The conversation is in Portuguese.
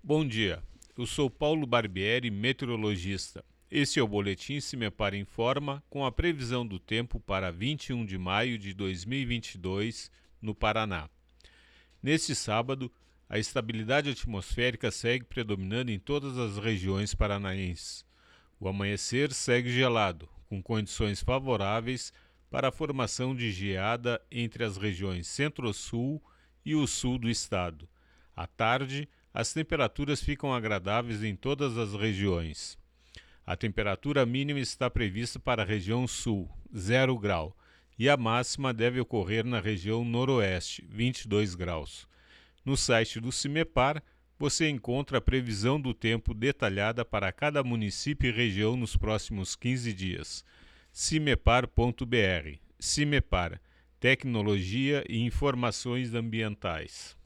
Bom dia, eu sou Paulo Barbieri, meteorologista. Este é o Boletim Cimepar Informa com a previsão do tempo para 21 de maio de 2022 no Paraná. Neste sábado, a estabilidade atmosférica segue predominando em todas as regiões paranaenses. O amanhecer segue gelado, com condições favoráveis para a formação de geada entre as regiões centro-sul e o sul do estado. À tarde, as temperaturas ficam agradáveis em todas as regiões. A temperatura mínima está prevista para a região sul, 0 grau, e a máxima deve ocorrer na região noroeste, 22 graus. No site do Cimepar, você encontra a previsão do tempo detalhada para cada município e região nos próximos 15 dias. cimepar.br. Cimepar, tecnologia e informações ambientais.